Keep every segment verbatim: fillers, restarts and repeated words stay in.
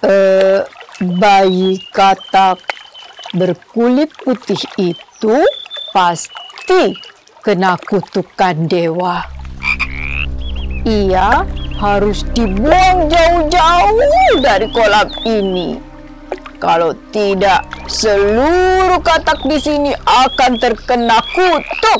Eh, bayi katak berkulit putih itu pasti kena kutukan dewa. Ia harus dibuang jauh-jauh dari kolam ini. Kalau tidak, seluruh katak di sini akan terkena kutuk.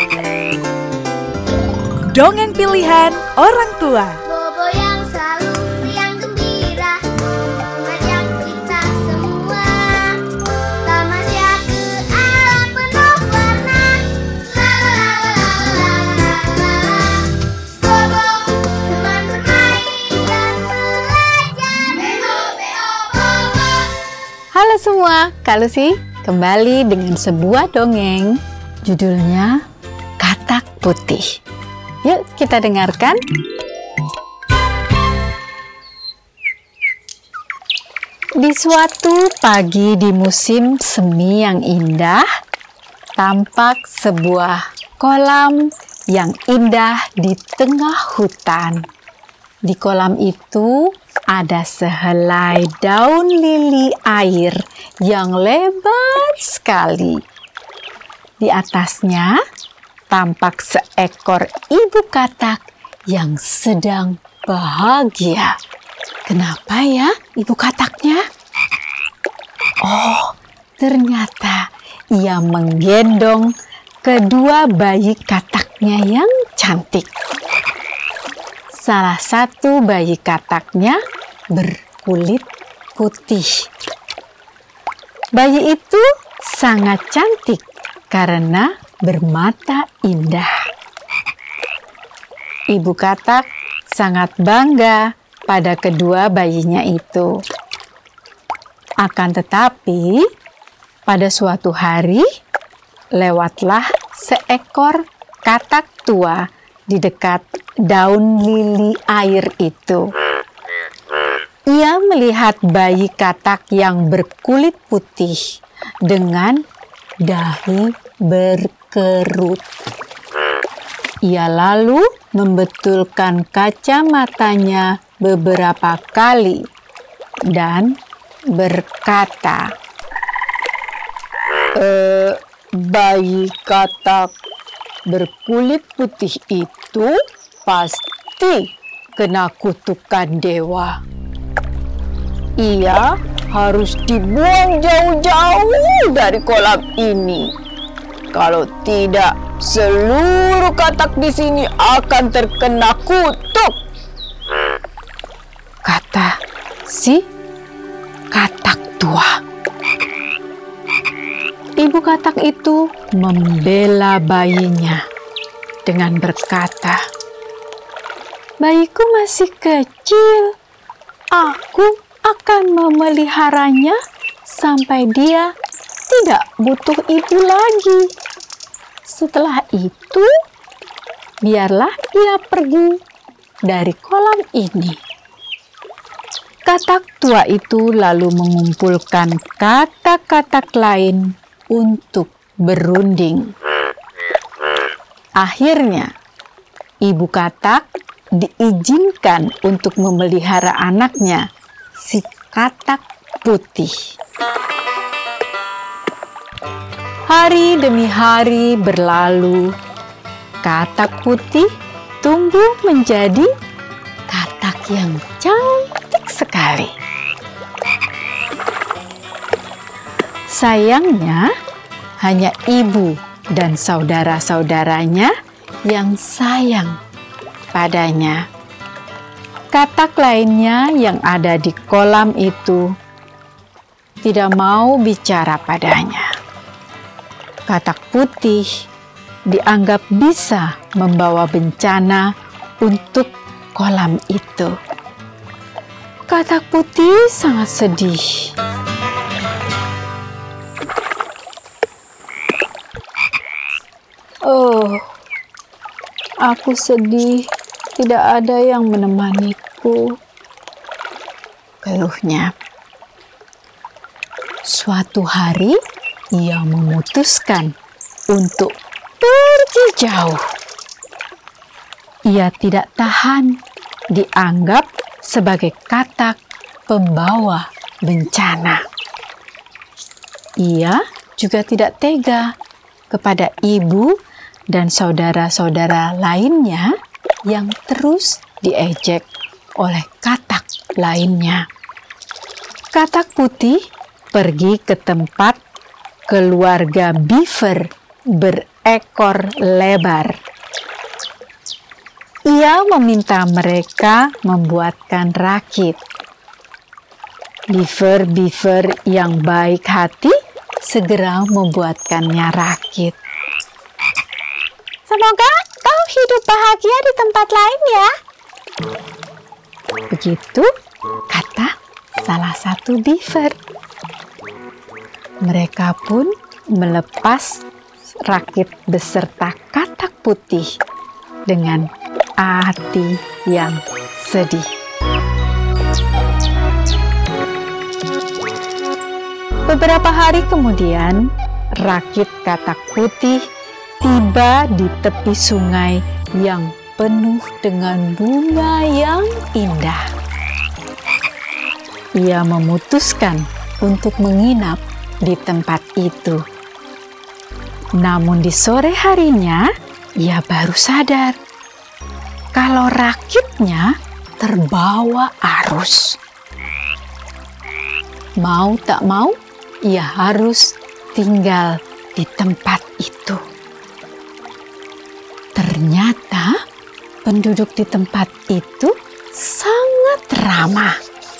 Dongeng pilihan orang tua. Bobo yang selalu riang gembira, mengajak kita semua tamasya ke alam penuh warna. La la la la la la la. Bobo teman bermain dan belajar. Beo beo bobo. Halo semua, Kak Lucy kembali dengan sebuah dongeng. Judulnya Katak Putih. Yuk kita dengarkan. Di suatu pagi di musim semi yang indah, tampak sebuah kolam yang indah di tengah hutan. Di kolam itu ada sehelai daun lili air yang lebar sekali. Di atasnya tampak seekor ibu katak yang sedang bahagia. Kenapa ya ibu kataknya? Oh, ternyata ia menggendong kedua bayi kataknya yang cantik. Salah satu bayi kataknya berkulit putih. Bayi itu sangat cantik karena bermata indah. Ibu katak sangat bangga pada kedua bayinya itu. Akan tetapi, pada suatu hari, lewatlah seekor katak tua di dekat daun lili air itu. Ia melihat bayi katak yang berkulit putih dengan dahi berkerut. Ia lalu membetulkan kacamatanya beberapa kali dan berkata, Eh, bayi katak berkulit putih itu pasti kena kutukan dewa. Ia harus dibuang jauh-jauh dari kolam ini. Kalau tidak, seluruh katak di sini akan terkena kutuk. kata si katak tua. Ibu katak itu membela bayinya dengan berkata, "Bayiku masih kecil. Aku akan memeliharanya sampai dia tidak butuh ibu lagi. Setelah itu, biarlah dia pergi dari kolam ini." Katak tua itu lalu mengumpulkan katak-katak lain untuk berunding. Akhirnya, ibu katak diizinkan untuk memelihara anaknya, si katak putih. Hari demi hari berlalu, katak putih tumbuh menjadi katak yang cantik sekali. Sayangnya, hanya ibu dan saudara-saudaranya yang sayang padanya. Katak lainnya yang ada di kolam itu tidak mau bicara padanya. Katak putih dianggap bisa membawa bencana untuk kolam itu. Katak putih sangat sedih. Oh, aku sedih, tidak ada yang menemaniku, keluhnya. Suatu hari, ia memutuskan untuk pergi jauh. Ia tidak tahan dianggap sebagai katak pembawa bencana. Ia juga tidak tega kepada ibu dan saudara-saudara lainnya yang terus diejek oleh katak lainnya. Katak putih pergi ke tempat keluarga beaver berekor lebar. Ia meminta mereka membuatkan rakit. Beaver-beaver yang baik hati segera membuatkannya rakit. Semoga kau hidup bahagia di tempat lain ya. Begitu kata salah satu beaver. Mereka pun melepas rakit beserta katak putih dengan hati yang sedih. Beberapa hari kemudian, rakit katak putih tiba di tepi sungai yang penuh dengan bunga yang indah. Ia memutuskan untuk menginap di tempat itu. Namun di sore harinya, ia baru sadar kalau rakitnya terbawa arus. Mau tak mau, ia harus tinggal di tempat itu. Ternyata penduduk di tempat itu sangat ramah.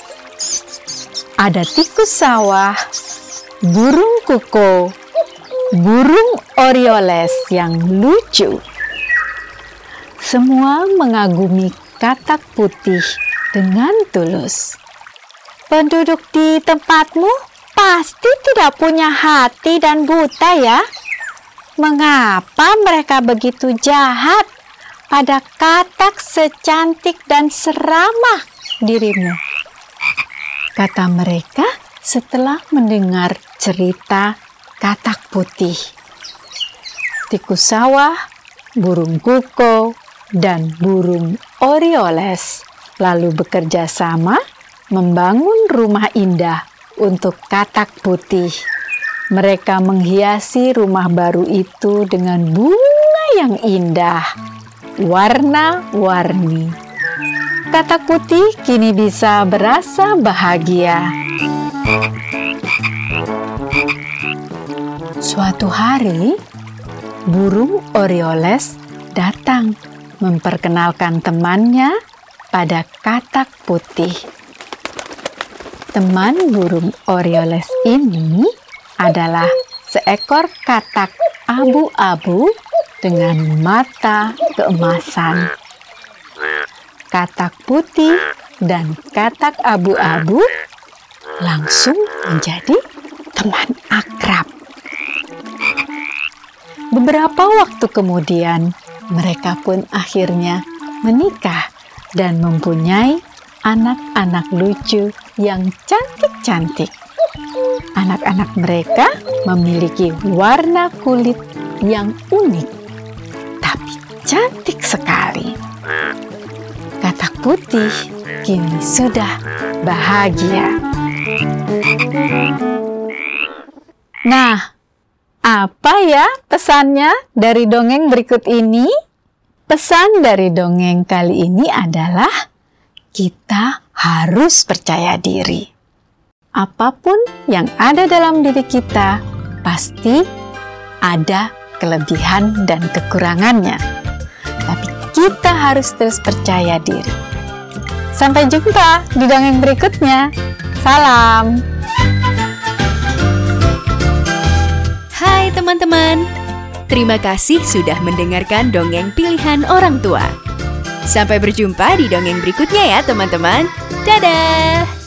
Ada tikus sawah, burung kuko, burung orioles yang lucu. Semua mengagumi katak putih dengan tulus. Penduduk di tempatmu pasti tidak punya hati dan buta ya. Mengapa mereka begitu jahat pada katak secantik dan seramah dirimu? Kata mereka setelah mendengar cerita katak putih. Tikus sawah, burung kuko, dan burung orioles lalu bekerja sama membangun rumah indah untuk katak putih. Mereka menghiasi rumah baru itu dengan bunga yang indah, warna-warni. Katak putih kini bisa berasa bahagia. Suatu hari, burung orioles datang memperkenalkan temannya pada katak putih. Teman burung orioles ini adalah seekor katak abu-abu dengan mata keemasan. Katak putih dan katak abu-abu langsung menjadi teman akrab. Beberapa waktu kemudian, mereka pun akhirnya menikah dan mempunyai anak-anak lucu yang cantik-cantik. Anak-anak mereka memiliki warna kulit yang unik, tapi cantik sekali. Katak putih kini sudah bahagia. Nah, apa ya pesannya dari dongeng berikut ini? Pesan dari dongeng kali ini adalah kita harus percaya diri. Apapun yang ada dalam diri kita, pasti ada kelebihan dan kekurangannya. Tapi kita harus terus percaya diri. Sampai jumpa di dongeng berikutnya. Salam. Hai teman-teman, terima kasih sudah mendengarkan dongeng pilihan orang tua. Sampai berjumpa di dongeng berikutnya ya teman-teman. Dadah!